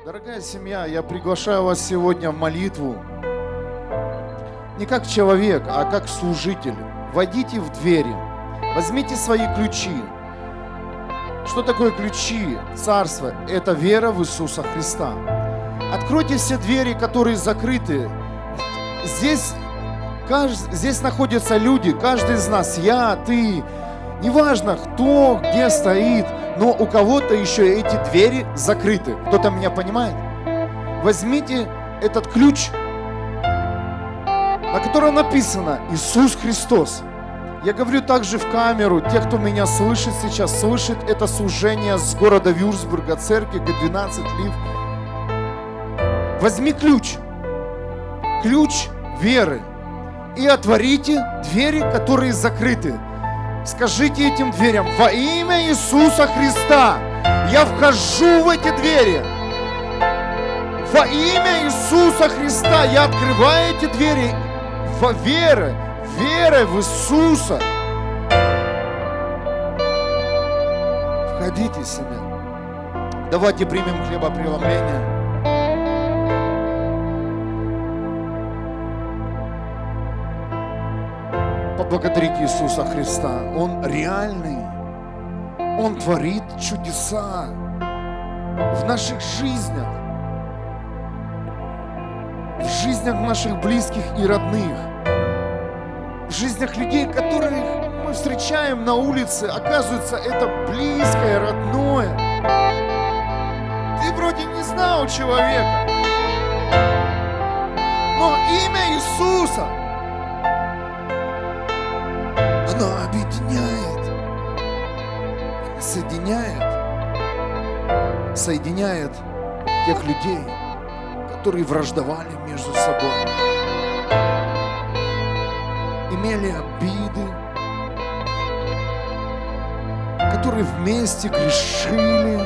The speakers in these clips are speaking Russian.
Дорогая семья, я приглашаю вас сегодня в молитву не как человек, а как служитель. Войдите в двери, возьмите свои ключи. Что такое ключи царства? Это вера в Иисуса Христа. Откройте все двери, которые закрыты. Здесь находятся люди, каждый из нас, я, ты, неважно кто, где стоит, но у кого-то еще эти двери закрыты. Кто-то меня понимает? Возьмите этот ключ, на котором написано «Иисус Христос». Я говорю также в камеру, те, кто меня слышит сейчас, слышит это служение с города Вюрцбурга, церкви Г12 Лив. Возьми ключ веры, и отворите двери, которые закрыты. Скажите этим дверям: во имя Иисуса Христа я вхожу в эти двери. Во имя Иисуса Христа я открываю эти двери во верой в Иисуса. Входите, семья. Давайте примем хлебопреломление. Поблагодарите Иисуса Христа. Он реальный. Он творит чудеса в наших жизнях. В жизнях наших близких и родных. В жизнях людей, которых мы встречаем на улице. Оказывается, это близкое, родное. Ты вроде не знал человека, но имя Иисуса, оно объединяет, соединяет тех людей, которые враждовали между собой, имели обиды, которые вместе грешили.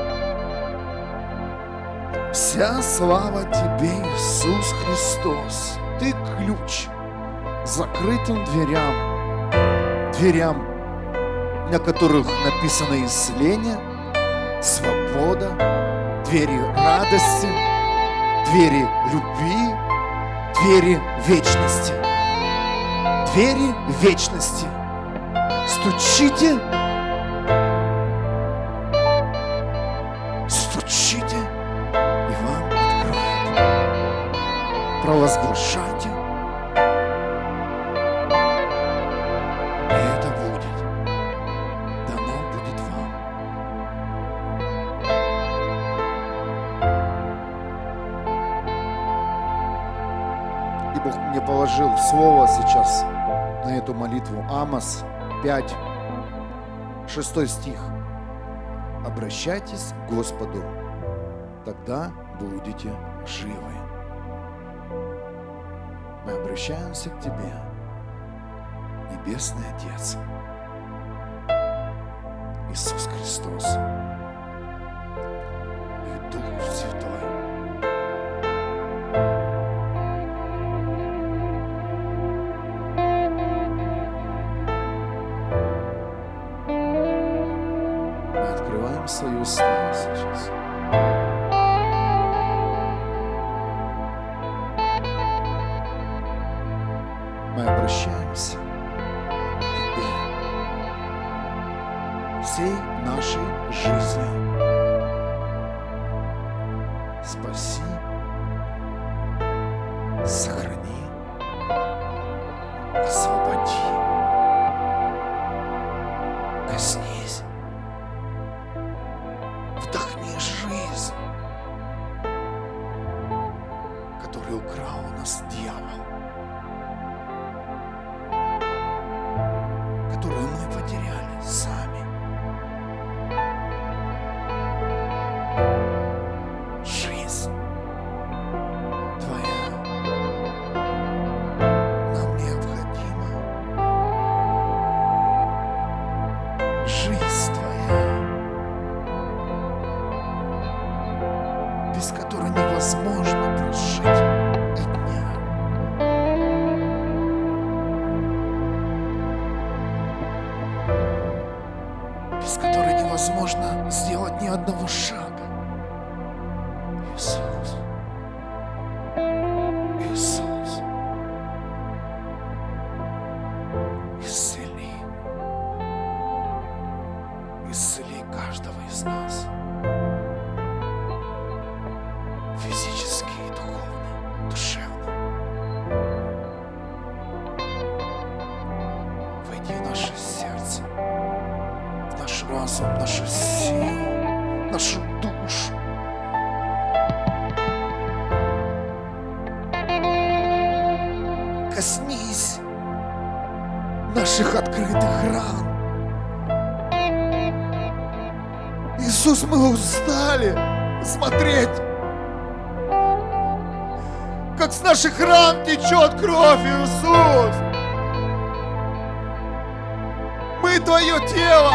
Вся слава Тебе, Иисус Христос. Ты ключ к закрытым дверям, на которых написано исцеление, свобода, двери радости, двери любви, двери вечности. Двери вечности. Стучите, и вам откроют. Провозглашайте. Это будет. Дано будет вам. И Бог мне положил слово сейчас на эту молитву. Амос 5, 6 стих. Обращайтесь к Господу, тогда будете живы. Мы обращаемся к Тебе, Небесный Отец, Иисус Христос и Дух Святой. Свои уста сейчас. Мы обращаемся к Тебе всей нашей жизнью. Спаси, сохрани, освободи, коснись. Вдохни жизнь, которую украл у нас дьявол, которую мы потеряли сами. Жизнь Твоя нам необходима. Жизнь Твоя, без которой невозможно прожить и дня. Без которой невозможно сделать ни одного шага. наших открытых ран. Иисус, мы устали смотреть, как с наших ран течет кровь, Иисус. Мы Твое тело.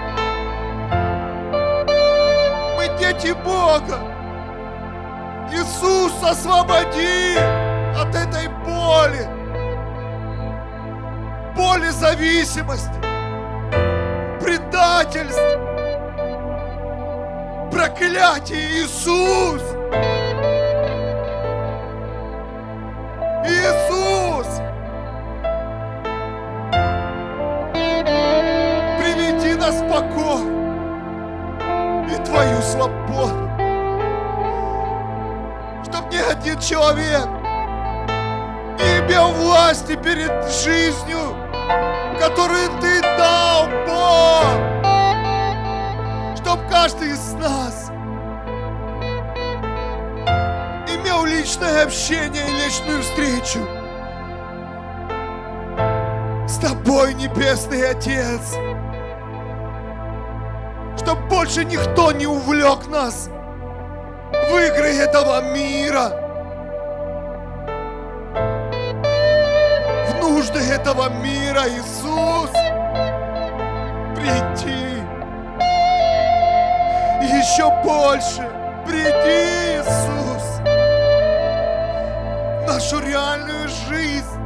Мы дети Бога. Иисус, освободи от этой боли. Боли зависимости, предательства, проклятие. Иисус! Иисус! Приведи нас в покой и Твою свободу, чтоб ни один человек не имел власти перед жизнью, которую Ты дал, Бог, чтоб каждый из нас имел личное общение и личную встречу с Тобой, Небесный Отец, чтоб больше никто не увлек нас в игры этого мира, в нужды этого мира. Иисус, приди, еще больше приди, Иисус, в нашу реальную жизнь.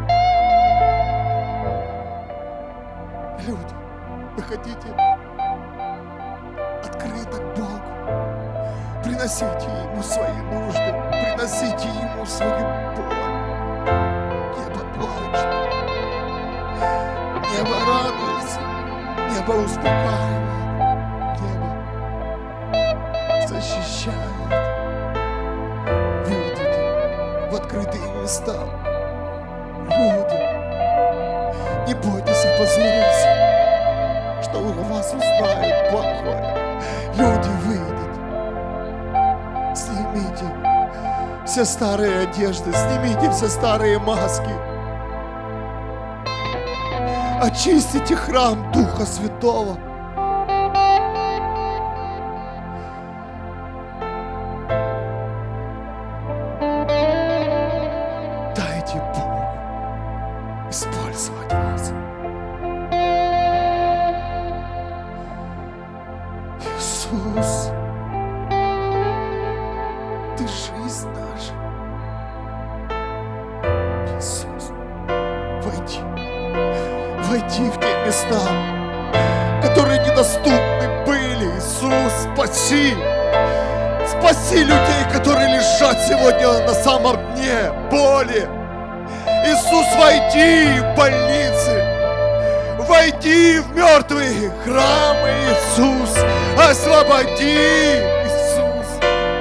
Люди, вы хотите открыто к Богу, приносите Ему свои нужды, приносите Ему свою боль. Небо плачет, небо радуется, небо успокаивает, небо защищает. Выйдите в открытые места. Люди, не бойтесь опозориться, что у вас узнают плохое. Люди, выйдут. Снимите все старые одежды, снимите все старые маски. Очистите храм Духа Святого. Дайте Богу использовать вас. Иисус, Ты жизнь наша. Иисус, войди в те места, которые недоступны были. Иисус, спаси людей, которые лежат сегодня на самом дне боли. Иисус, войди в больницы, войди в мертвые храмы. Иисус, освободи. Иисус,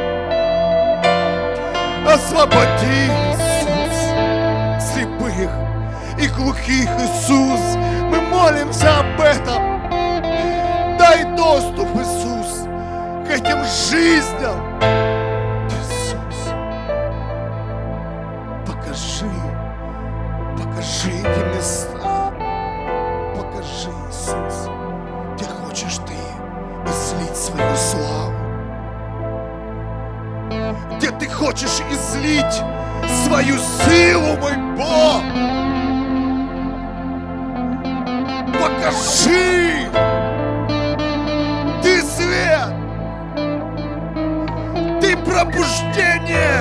освободи. Иисус, слепых и глухих. Иисус, мы молимся об этом. Дай доступ, Иисус, к этим жизням. Иисус, покажи эти места. Покажи, Иисус, где хочешь Ты излить свою славу, где Ты хочешь излить свою силу, мой Бог. Покажи. Ты свет, Ты пробуждение,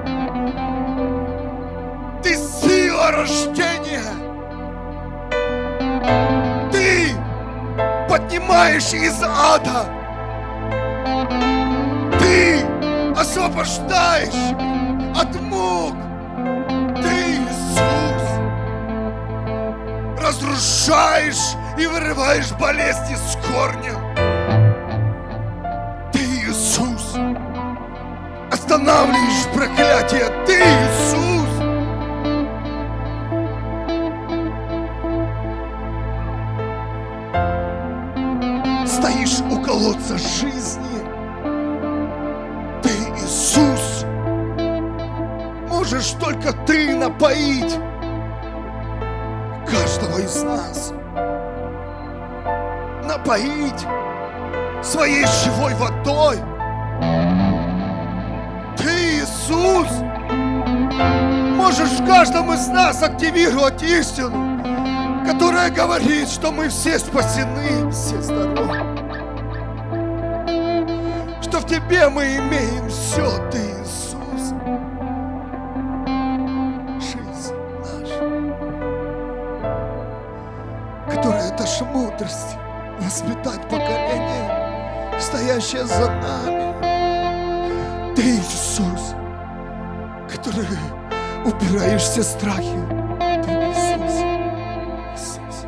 Ты сила рождения, Ты поднимаешь из ада, Ты освобождаешь от мук, Ты, Иисус, разрушаешь и вырываешь болезни с корнем. Ты, Иисус, останавливаешь проклятие. Ты, Иисус, стоишь у колодца жизни. Ты, Иисус, можешь только Ты напоить каждого из нас напоить своей живой водой. Ты, Иисус, можешь в каждом из нас активировать истину, которая говорит, что мы все спасены, все здоровы, что в Тебе мы имеем все, Ты, Иисус. Жизнь наша, которая даст мудрость воспитать поколение, стоящее за нами. Ты, Иисус, который убираешь все страхи. Ты, Иисус. Иисус.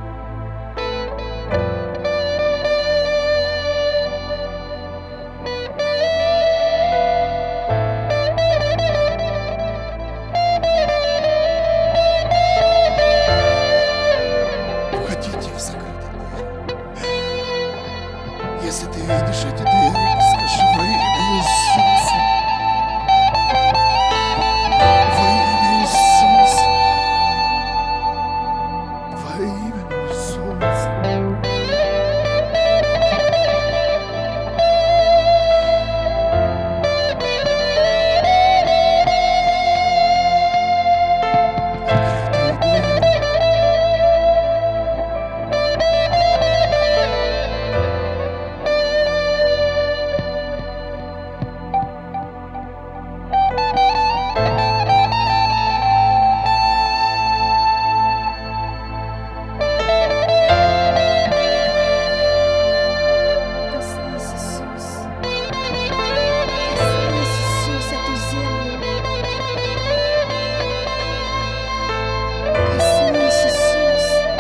Входите в закрытые двери. Если ты видишь эти двери, скажи во имя Иисуса. Во имя Иисуса. Во имя Иисуса. Открытые двери. Коснись, Иисус. Коснись, Иисус, эту землю. Коснись, Иисус.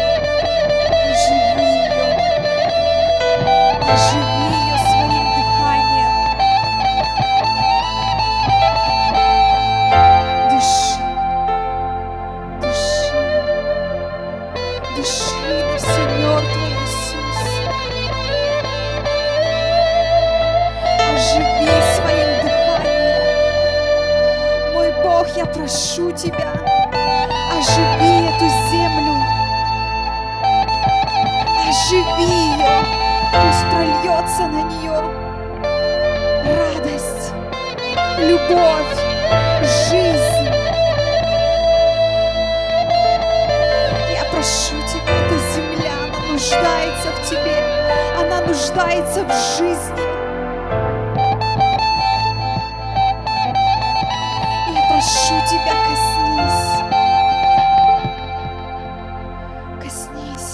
Оживи ее. Оживи ее своим дыханием. Дыши. Дыши. Дыши на все мертвое, Иисус. Оживи своим дыханием. Мой Бог, я прошу Тебя, оживи эту землю. Оживи ее. Пусть прольется на нее радость, любовь, жизнь. Я прошу Тебя, эта земля, она нуждается в Тебе. Она нуждается в жизни. Я прошу Тебя, коснись. Коснись.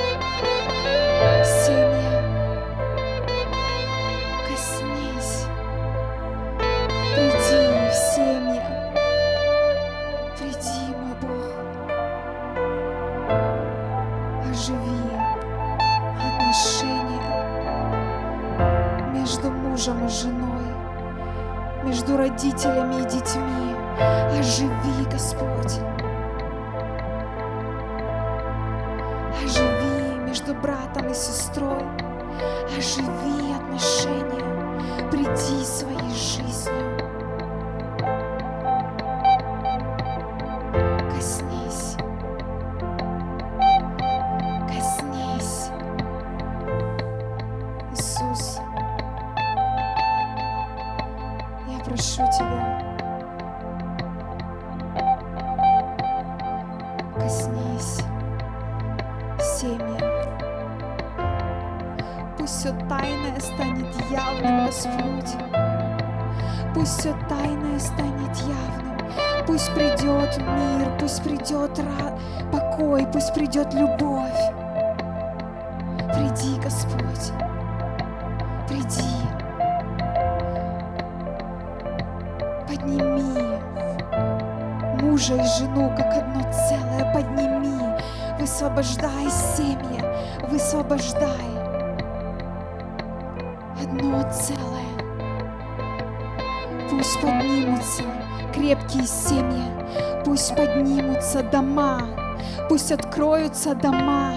Семья. Коснись. Приди в семья. Приди, мой Бог. Оживи отношения между мужем и женой, между родителями и детьми. Оживи, Господь. Оживи между братом и сестрой. Оживи отношения. Приди своей жизнью. Коснись. Коснись. Иисус, я прошу Тебя, коснись семьи. Пусть все тайное станет явным, Господь. Пусть все тайное станет явным. Пусть придет мир, пусть придет покой, пусть придет любовь. Приди, Господь. Приди. Подними мужа и жену как одно целое. Подними. Высвобождай семьи. Высвобождай. Одно целое. Пусть поднимутся крепкие семьи. Пусть поднимутся дома. Пусть откроются дома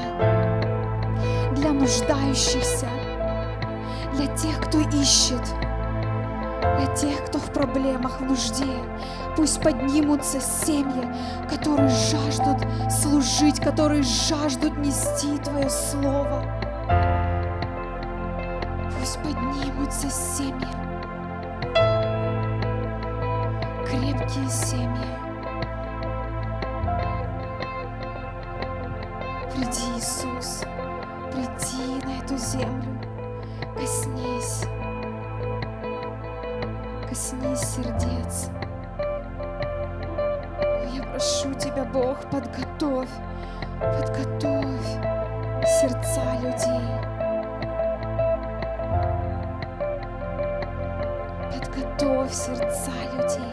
для нуждающихся, для тех, кто ищет, для тех, кто в проблемах, в нужде. Пусть поднимутся семьи, которые жаждут служить, которые жаждут нести Твое Слово. Пусть поднимутся семьи, крепкие семьи. Приди, Иисус, приди на эту землю, коснись сердец. Я прошу Тебя, Бог, подготовь сердца людей. Подготовь сердца людей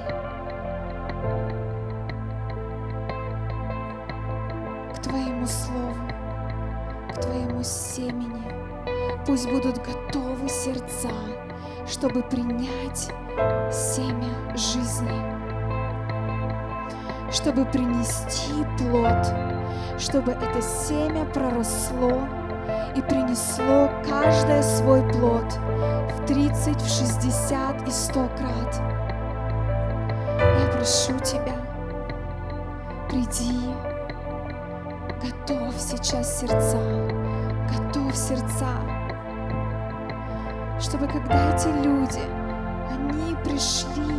к Твоему Слову, к Твоему семени. Пусть будут готовы сердца, чтобы принять семя жизни, чтобы принести плод, чтобы это семя проросло и принесло каждое свой плод в 30, в 60 и 100 крат. Я прошу Тебя, приди, готовь сейчас сердца, готовь сердца, чтобы когда эти люди, они пришли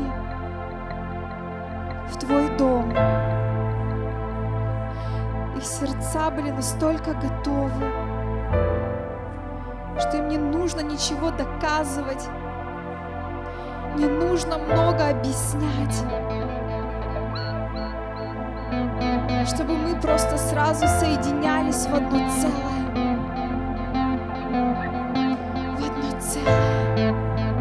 в Твой дом, их сердца были настолько готовы, что им не нужно ничего доказывать, не нужно много объяснять, чтобы мы просто сразу соединялись в одно целое. В одно целое.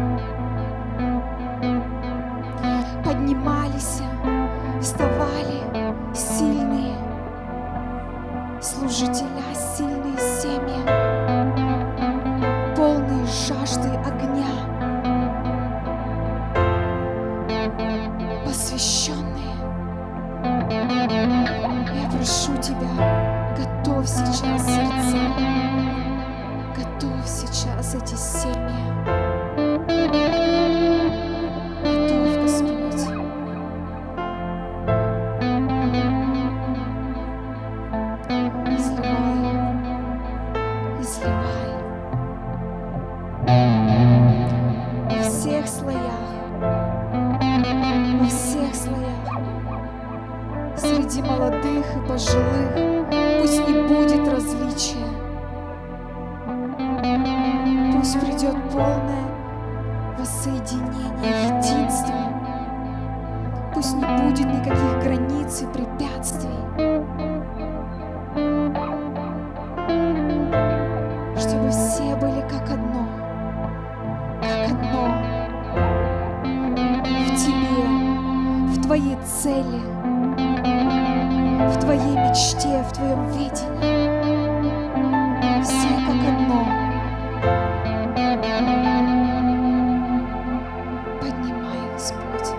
Поднимались, вставали сильные служителя, сильные семьи, полные жажды огня, посвященные. Я прошу Тебя, готовь сейчас сердца, готовь сейчас эти семьи. Готовь, Господь. Изливай во всех слоях, среди молодых и пожилых, пусть не будет различия, пусть придет полное воссоединение, единство, пусть не будет никаких границ и препятствий, чтобы все были как одно в Тебе, в Твоей цели, в Твоей мечте, в Твоем видении. Все как одно. Поднимай, Господь.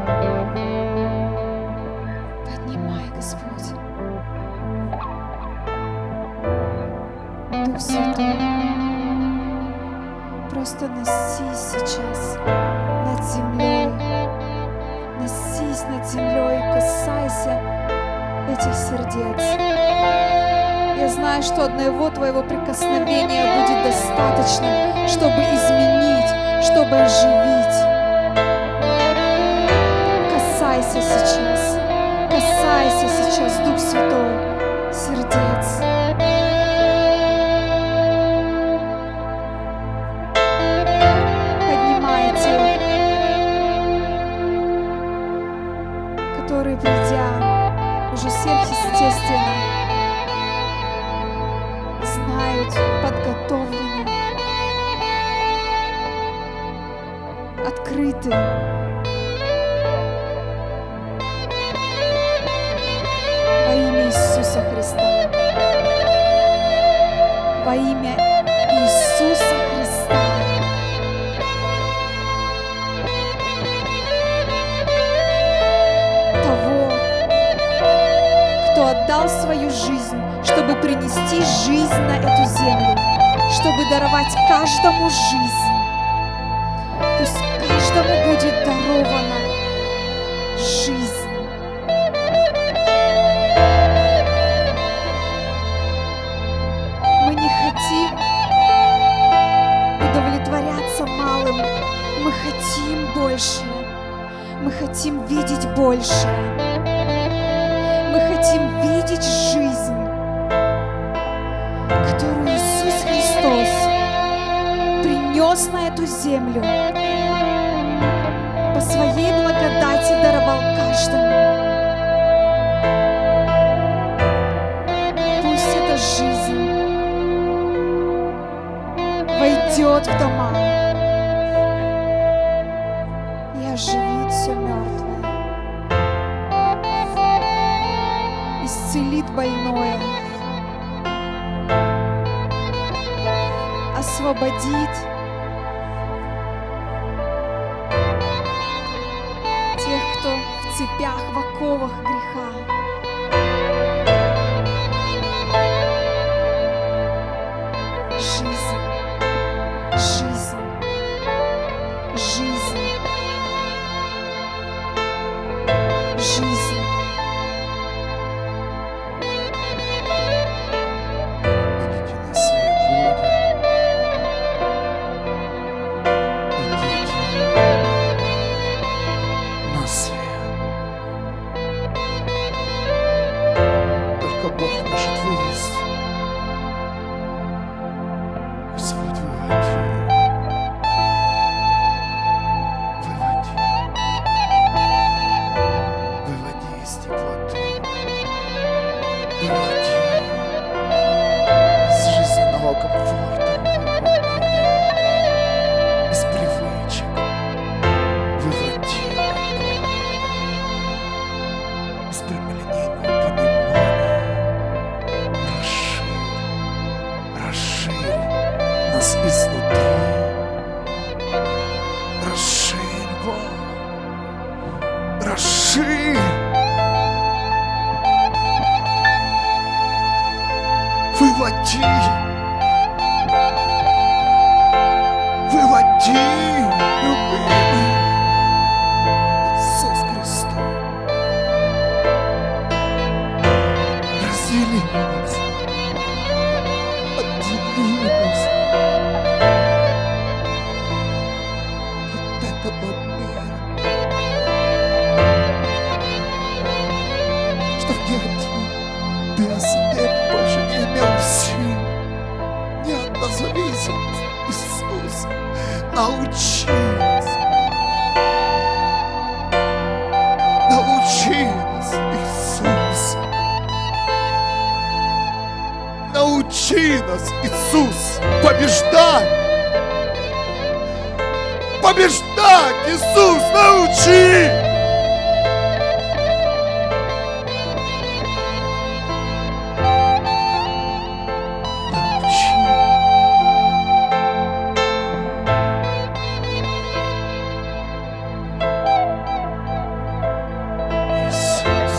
Поднимай, Господь. Дух Святой, просто носись сейчас над землей. Носись над землей, касайся этих сердец. Я знаю, что одного Твоего прикосновения будет достаточно, чтобы изменить, чтобы оживить. Касайся сейчас, Дух Святой, сердец. Поднимай тех, которые, придя уже сверхъестественно, знают, подготовлены, открыты. Во имя Иисуса Христа. Во имя Иисуса Христа. Того, кто отдал свою жизнь, чтобы принести жизнь на эту землю, чтобы даровать каждому жизнь. Пусть каждому будет больше. Мы хотим видеть больше. Мы хотим видеть жизнь, которую Иисус Христос принес на эту землю, по своей благодати даровал каждому. Пусть эта жизнь войдет в дома и оживит все мертвое, исцелит больное, освободит тех, кто в цепях, в оковах греха. Жизнь, жизнь, жизнь, жизнь. Идите на свет, люди. Идите на свет. Только Бог может вывести. Господь, выводи. Выводи. Выводи из теплоты. Выводи из жизненного комфорта. Выводи из привычек. Выводи из прямолинейного понимания. Расширь нас изнутри. Расширь, Бог. Расширь. Выводи. Выводи, любимый Иисус Христос. Раздели нас. Отдели нас от этого мира. Чтоб ни один бессмертный больше не имел сил, ни одна зависимость. Иисус, научи нас. Научи нас, Иисус. Научи нас, Иисус, побеждать. Побеждать, Иисус, научи. Научи. Иисус.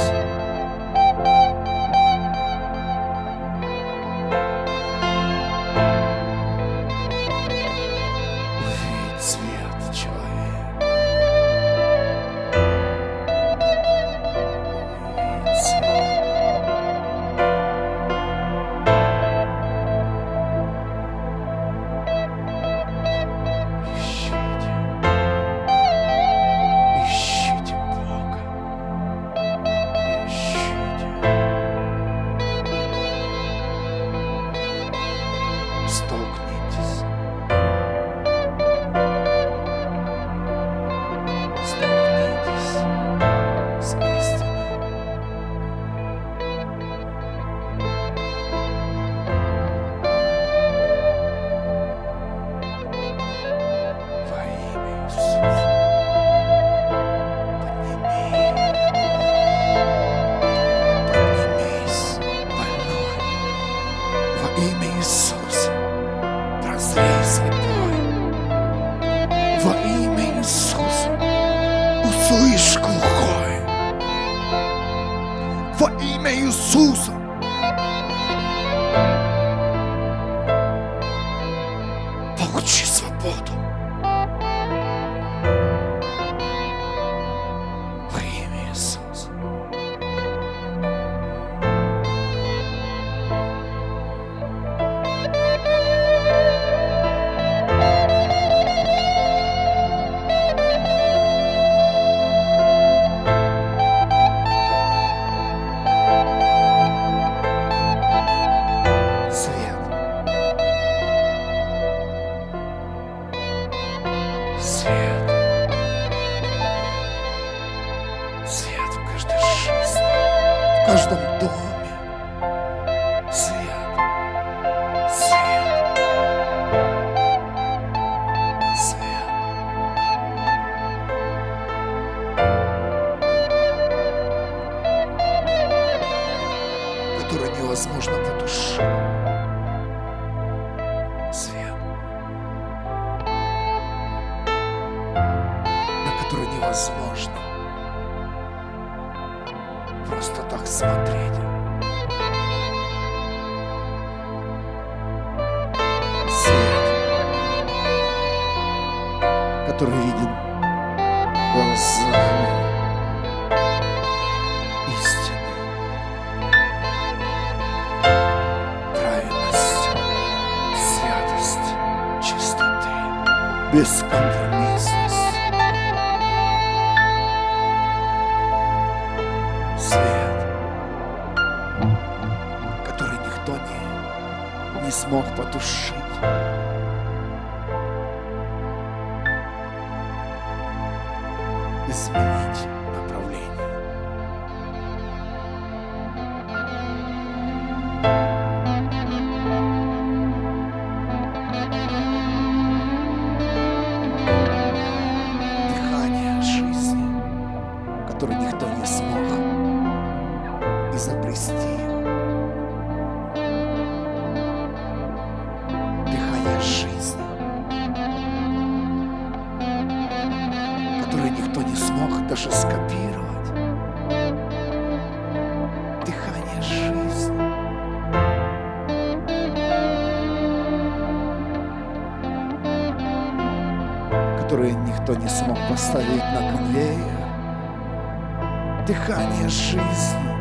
Увидь свет, человек. каждом доме. Свет, свет, свет. Который невозможно потушить. Свет, на который невозможно просто так смотреть. Свет, который виден глазами истины, праведности, святости, чистоты, бескомпромиссности. Свет, который никто не смог потушить. Изменить направление. Дыхание жизни, которое никто не смог изобрести. Дыхание жизни, которое никто не смог даже скопировать. Дыхание жизни. которые никто не смог поставить на конвейер. Дыхание жизни.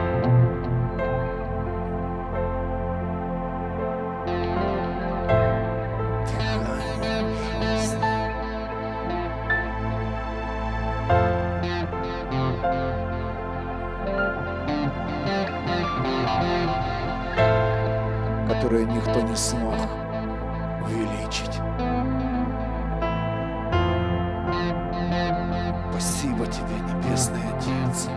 Дыхание жизни. Которые никто не смог увеличить. Спасибо тебе, Небесный Отец.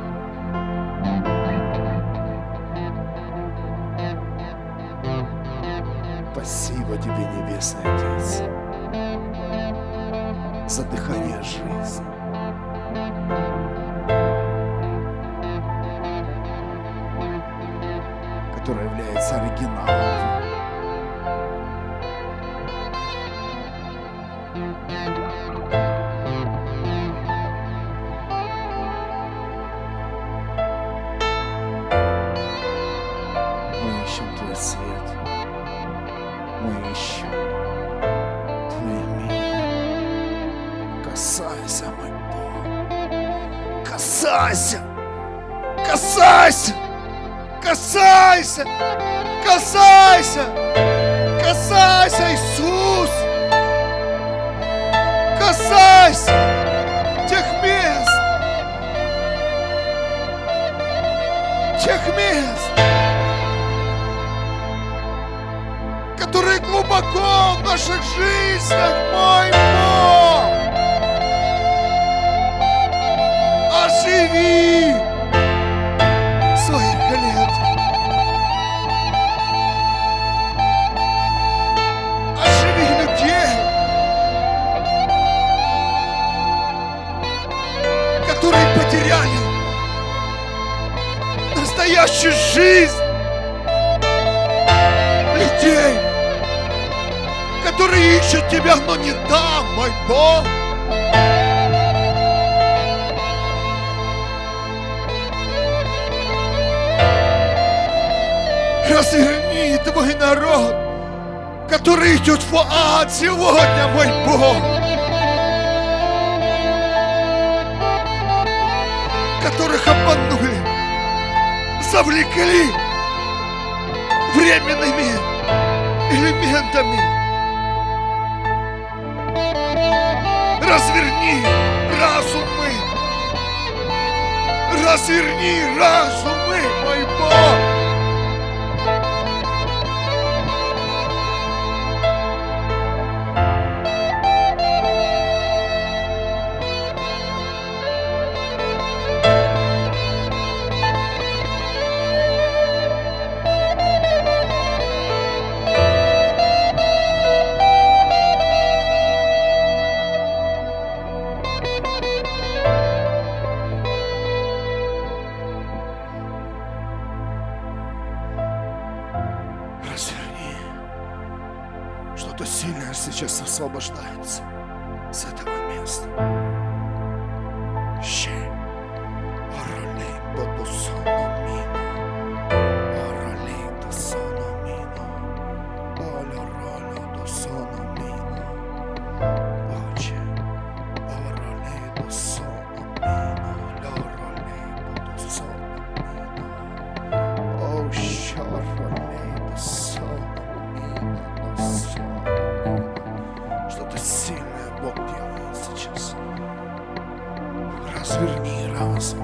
Спасибо тебе, Небесный Отец, за дыхание жизни. Которое является оригиналом. Мы ищем Твой свет. Мы ищем Твой мир. Касайся, мой Бог. Касайся! Касайся! Касайся! Касайся! Касайся, Иисус! Касайся тех мест, которые глубоко в наших жизнях, мой Бог! Оживи свои клетки. Оживи людей, которые потеряли настоящую жизнь. Людей, которые ищут Тебя, но не там, мой Бог. Разверни Твой народ, который идет в ад сегодня, мой Бог. Которых обманули, завлекли временными элементами. Разверни разумы. Разверни разумы, мой Бог. сейчас освобождается с этого места. Что-то сильное Бог делает сейчас. Разверни разум.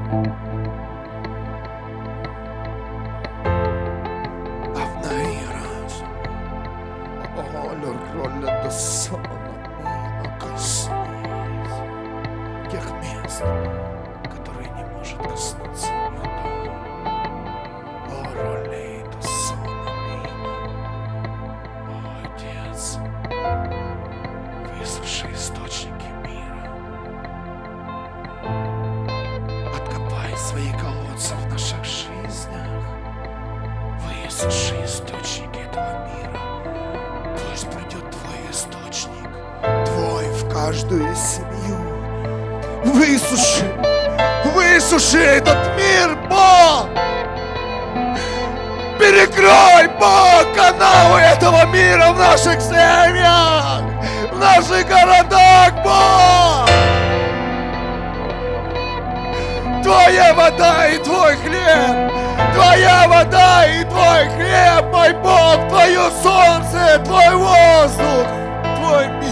Обнови разум. Оля, роля до сона. Коснись тех мест, которые не может коснуться никто. О, роли до сона. О, Отец, высуши источники мира. Откопай свои колодцы в наших жизнях. Высуши источники этого мира. Пусть придет твой источник, твой в каждую семью. Высуши этот мир, Бог! Перекрой, Бог, канавы этого мира в наших семьях, в наших городах, Бог! Твоя вода и Твой хлеб, Твоя вода и Твой хлеб, мой Бог, Твое солнце, Твой воздух, Твой мир.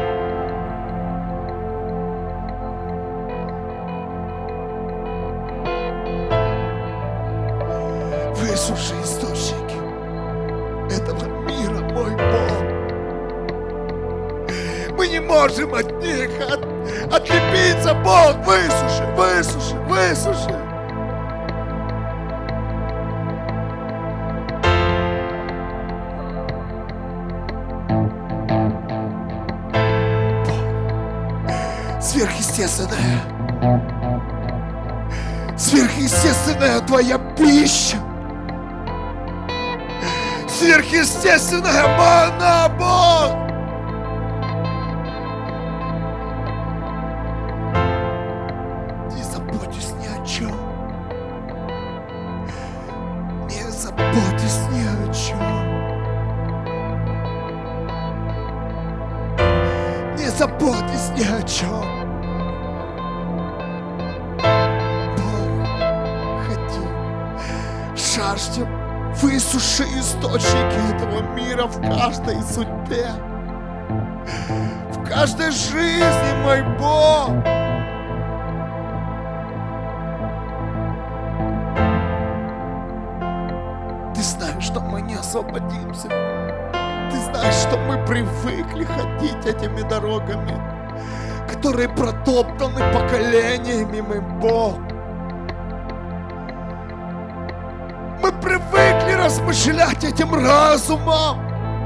Высуши источники этого мира, мой Бог. Мы не можем от них отлепиться, Бог. Высуши, высуши, высуши. Сверхъестественная, сверхъестественная Твоя пища. Сверхъестественная мана, Бог! Не заботьтесь ни о чем. Не заботьтесь ни о чем. Не заботьтесь ни о чем. Бог, ходи, жаждем. Высуши источники этого мира в каждой судьбе, в каждой жизни, мой Бог. Ты знаешь, что мы не освободимся. Ты знаешь, что мы привыкли ходить этими дорогами, которые протоптаны поколениями, мой Бог. Мы привыкли размышлять этим разумом,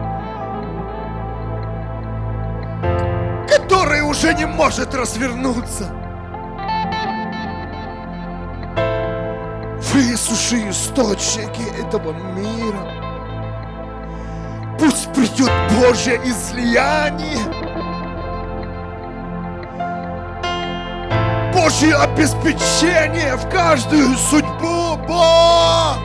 который уже не может развернуться. Высуши источники этого мира. Пусть придет Божье излияние, Божье обеспечение в каждую судьбу, Бог.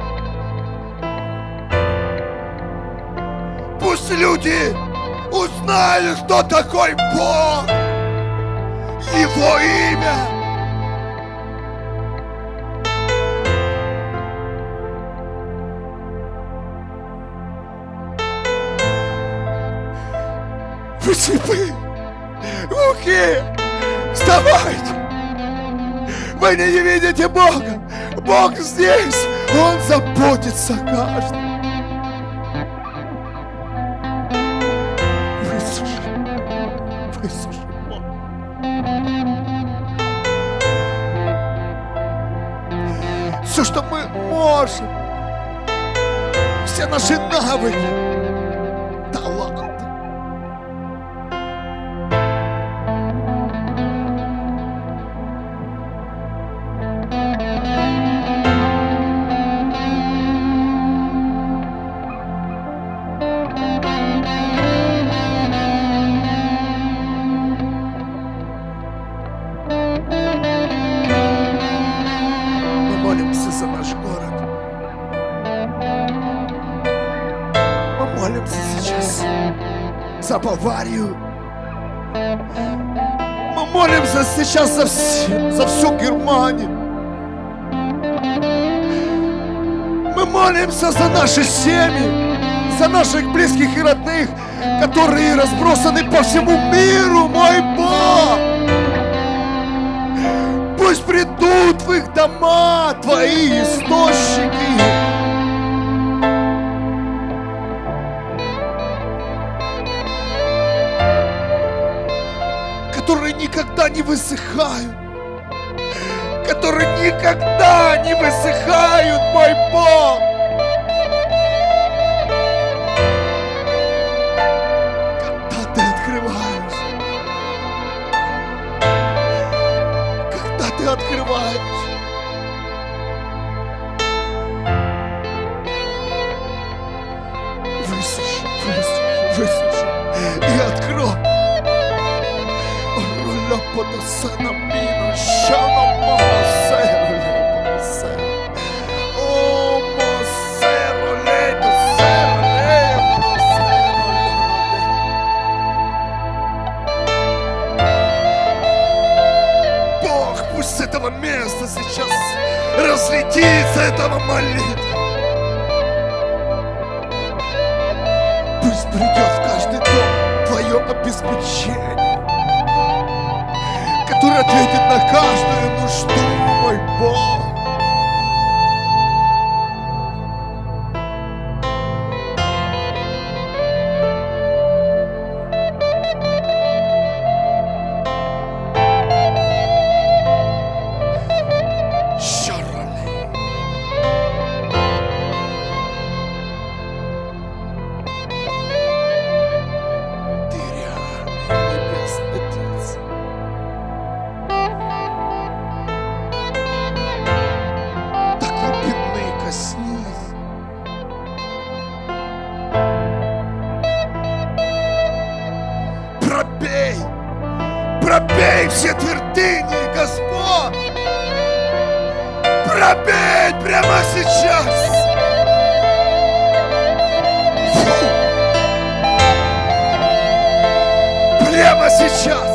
Пусть люди узнали, кто такой Бог, Его имя. Вы слепы, глухие, вставайте! Вы не видите Бога! Бог здесь! Он заботится о каждом! Высуши, Бог! Все, что мы можем, все наши навыки, таланты, за Баварию. Мы молимся сейчас за всю Германию. Мы молимся за наши семьи, за наших близких и родных, которые разбросаны по всему миру, мой Бог. Пусть придут в их дома Твои источники. Которые никогда не высыхают. Которые никогда не высыхают, мой Бог. Когда Ты открываешь. Когда Ты открываешь. Высуши и открой. Потасана мина, шана мосера, о мосера, лето сера, Бог, пусть с этого места сейчас разлетится этого молитва. Пусть придет в каждый дом Твое обеспечение, который ответит на каждую нужду, мой Бог. Пробей все твердыни, Господь! Пробей прямо сейчас! Фу. Прямо сейчас!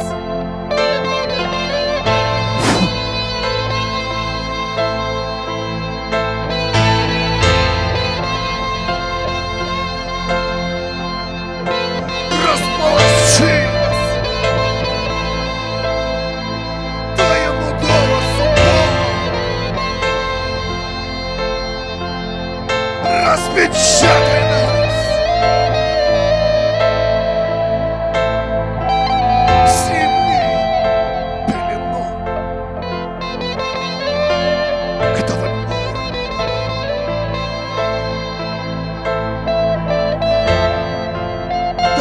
Распечатай нас! Сними пелену этого мира. До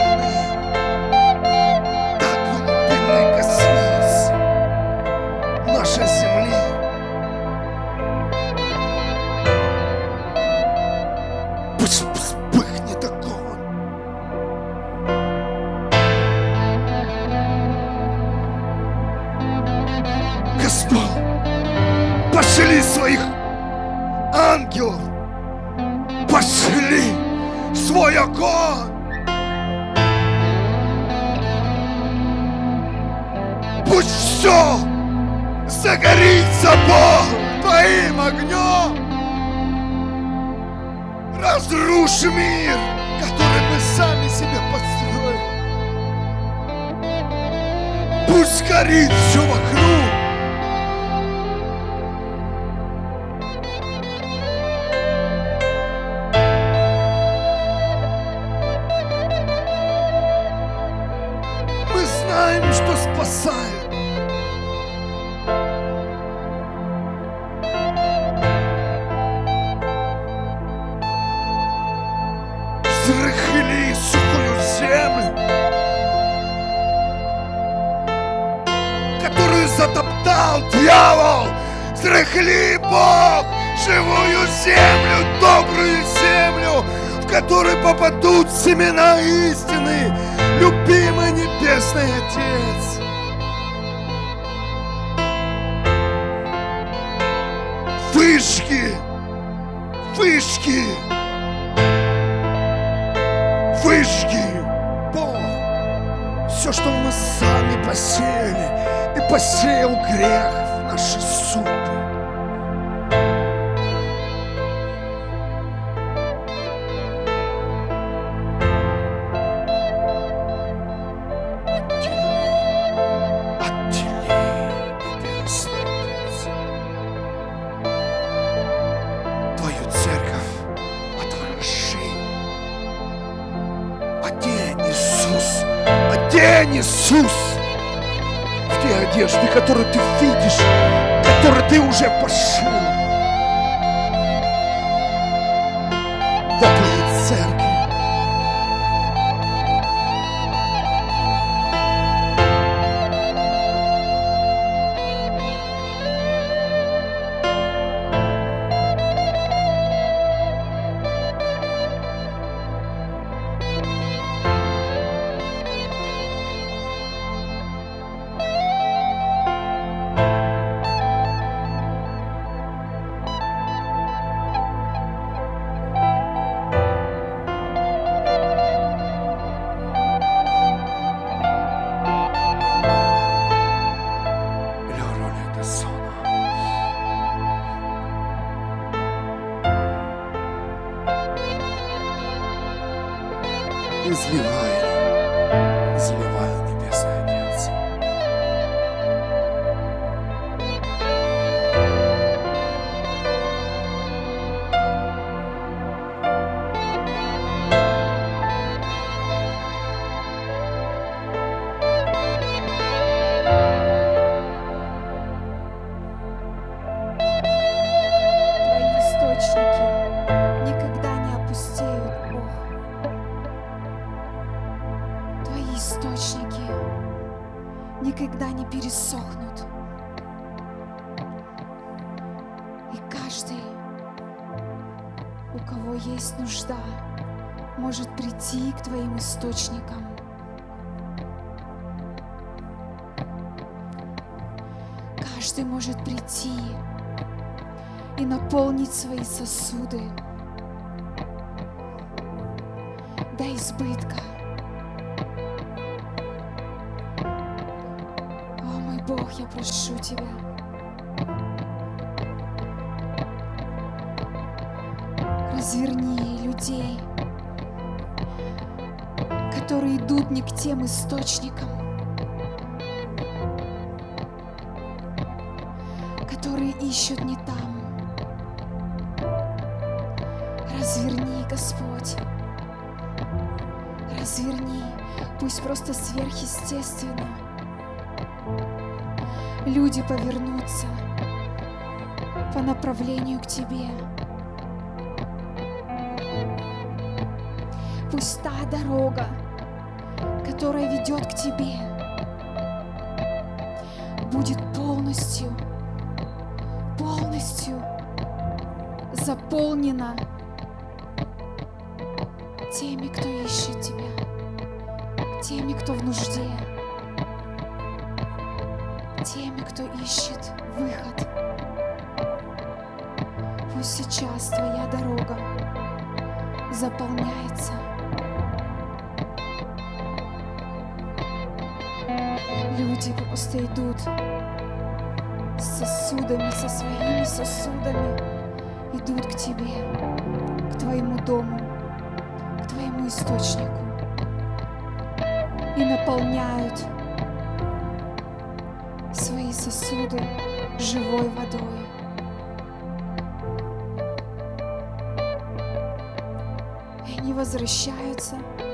глубины коснись нашей земли. Пусть вспыхнет огонь. Господь, пошли своих ангелов, пошли свой огонь. Пусть все загорится, Бог, Твоим огнем. Разруши мир, который мы сами себе построили. Пусть горит все вокруг. Мы знаем, что спасает. Взрыхли сухую землю, которую затоптал дьявол. Взрыхли, Бог, живую землю, добрую землю, в которой попадут семена истины, любимый Небесный Отец. Вышки, вышки, вышки, Бог. что мы сами посеяли, и посеял грех в наши судьбы. Иисус, в те одежды, которые ты видишь, которые ты уже пошил для твоей церкви. Изливай, Небесный Отец. Твои источники никогда не опустеют, Бог. Твои источники никогда не пересохнут. И каждый, у кого есть нужда, может прийти к Твоим источникам. Каждый может прийти и наполнить свои сосуды до избытка. О, мой Бог, я прошу Тебя, разверни людей, которые идут не к тем источникам, которые ищут не там. Разверни, Господь, разверни, пусть просто сверхъестественно люди повернутся по направлению к Тебе. Пусть та дорога, которая ведет к Тебе, будет полностью заполнена теми, кто ищет Тебя, теми, кто в нужде, теми, кто ищет выход. Пусть сейчас Твоя дорога заполняется. Люди просто идут с сосудами, со своими сосудами, идут к Тебе, к Твоему дому, к Твоему источнику и наполняют свои сосуды живой водой. И они возвращаются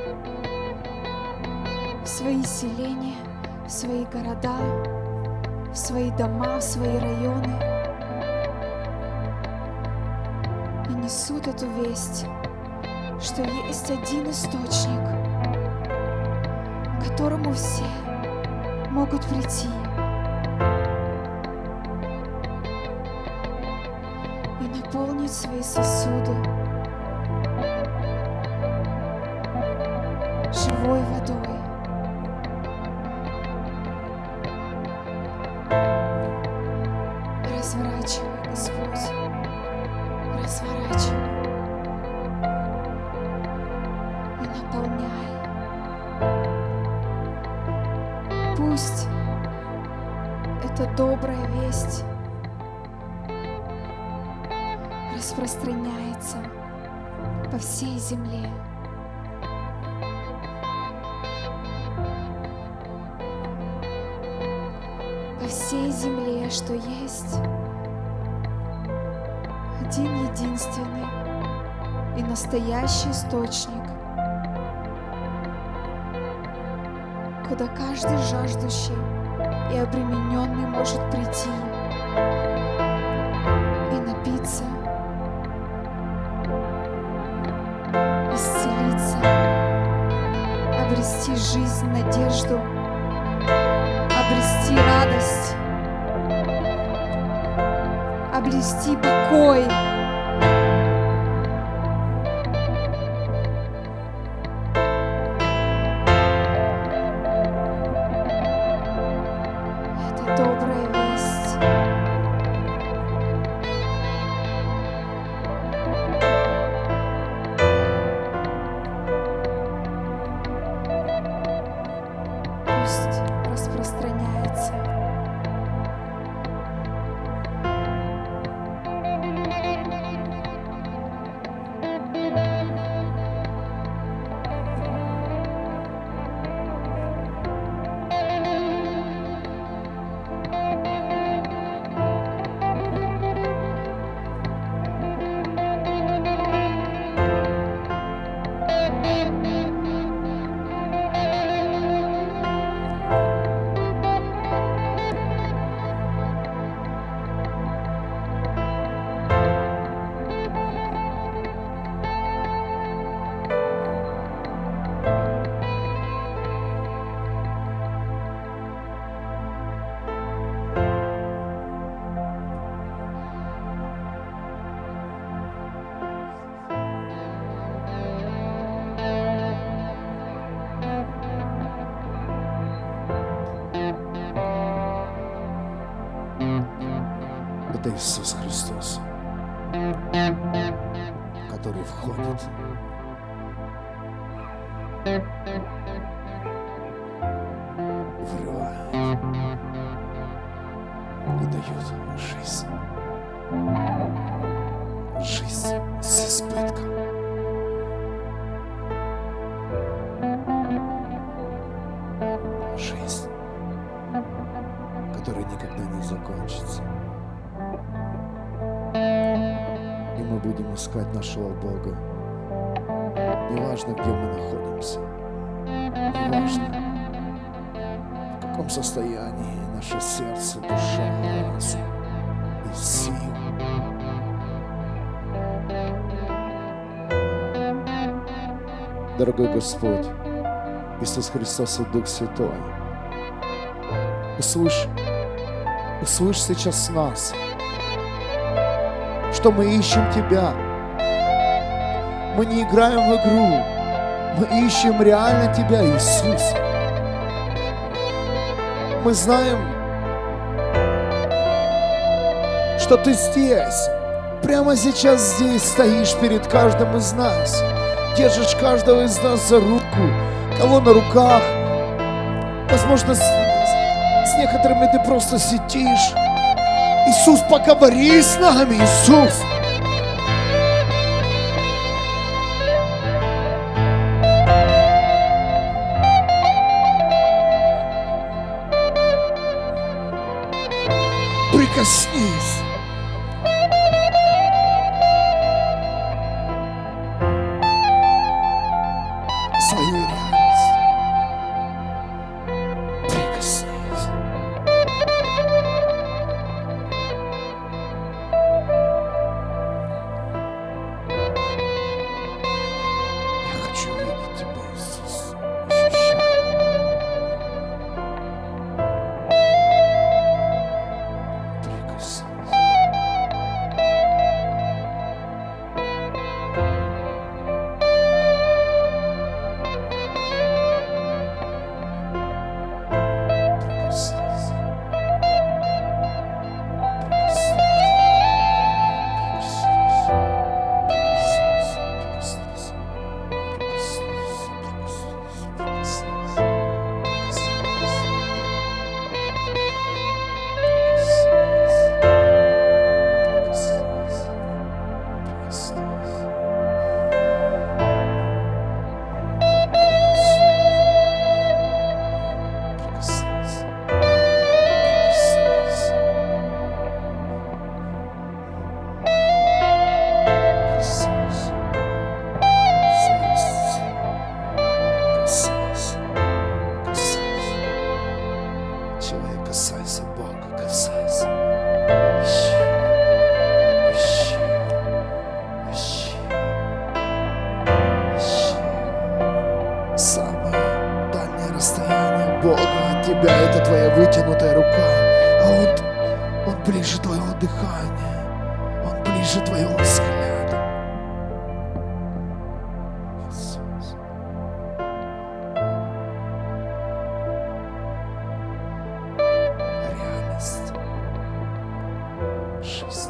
в свои селения, в свои города, в свои дома, в свои районы и несут эту весть, что есть один источник, к которому все могут прийти и наполнить свои сосуды живой водой. Разворачивай, Господь, разворачивай и наполняй эта добрая весть распространяется по всей земле. По всей земле, что есть один единственный и настоящий источник, куда каждый жаждущий и обремененный может прийти и напиться, исцелиться, обрести жизнь, надежду, обрести радость, обрести покой. Это добрая весть. Пусть распространяется. Это Иисус Христос, который входит врывает и дает жизнь. Жизнь с избытком. Жизнь, которая никогда не закончится. И мы будем искать нашего Бога. Неважно, где мы находимся. Неважно, в каком состоянии наше сердце, душа, разум и сила. Дорогой Господь, Иисус Христос и Дух Святой, услышь сейчас нас, что мы ищем Тебя. Мы не играем в игру, мы ищем реально Тебя, Иисус. Мы знаем, что Ты здесь, прямо сейчас здесь стоишь перед каждым из нас, держишь каждого из нас за руку, кого на руках. Возможно, с некоторыми ты просто сидишь. Иисус, поговори с нами, Иисус. Прикоснись. Свою реальность. Прикоснись. Я хочу видеть Тебя, Иисус. Ощущать. Прикоснись. Касайся, Бога, касайся. Ищи, ищи, ищи, ищи. Самое дальнее расстояние Бога от тебя — это твоя вытянутая рука, а Он ближе твоего дыхания, Он ближе твоего взгляда. Иисус. Реальность. Жизнь.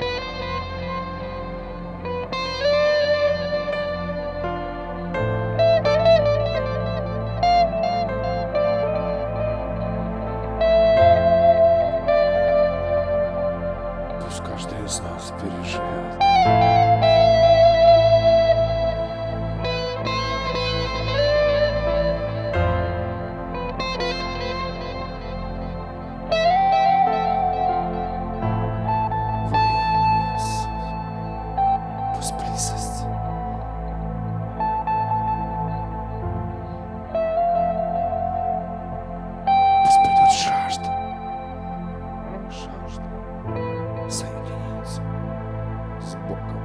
Пусть каждый из нас переживет. Во имя Иисуса. Пусть близость. Пусть придет жажда. Жажда соединиться с Богом,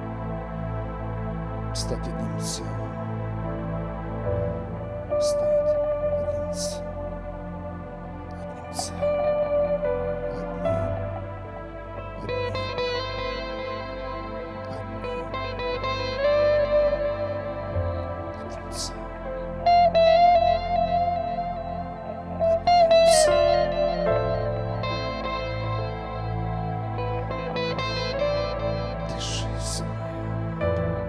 стать одним целым, стать одним целым, одним целым, одним целым. Ты жизнь моя.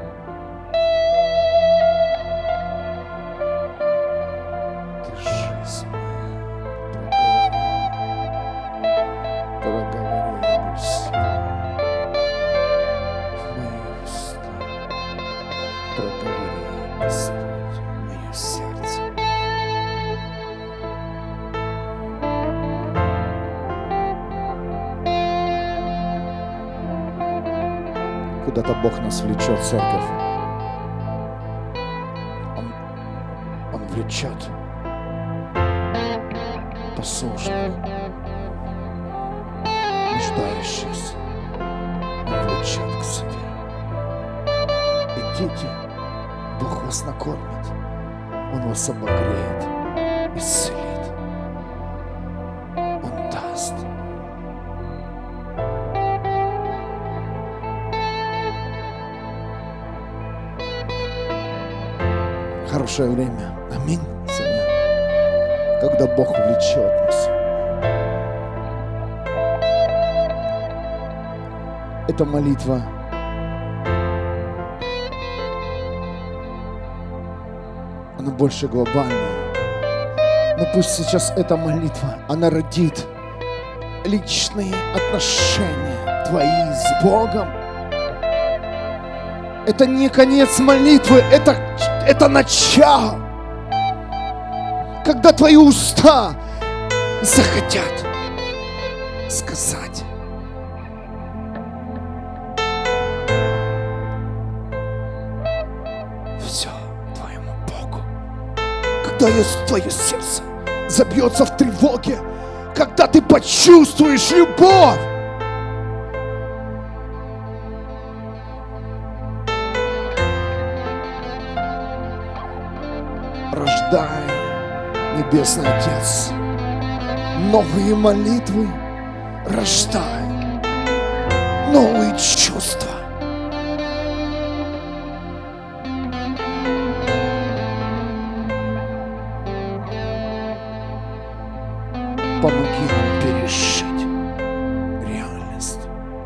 Ты жизнь моя. Проговори Русь в мои уста. Проговори, Господь, в мое сердце. Куда-то Бог нас влечет, церковь. Он влечет послушных, нуждающихся. Он влечет к себе. Идите, Бог вас накормит, Он вас обогреет, исцелит, Он даст. Хорошее время. Аминь. Сегодня, когда Бог влечет нас. Эта молитва она больше глобальная. Но пусть сейчас эта молитва, она родит личные отношения твои с Богом. Это не конец молитвы, это начало. Когда твои уста захотят сказать: все твоему Богу. Когда твое сердце забьется в тревоге, когда ты почувствуешь любовь, рождай, Небесный Отец, новые молитвы, рождай новые чувства. Помоги нам пережить реальность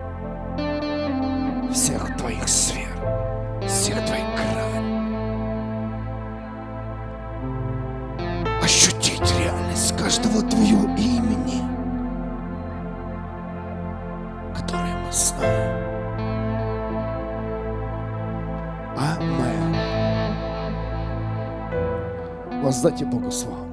всех твоих сфер, всех твоих граней. Ощутить реальность каждого твоего имени, которое мы знаем. Аминь. Воздайте Богу славу.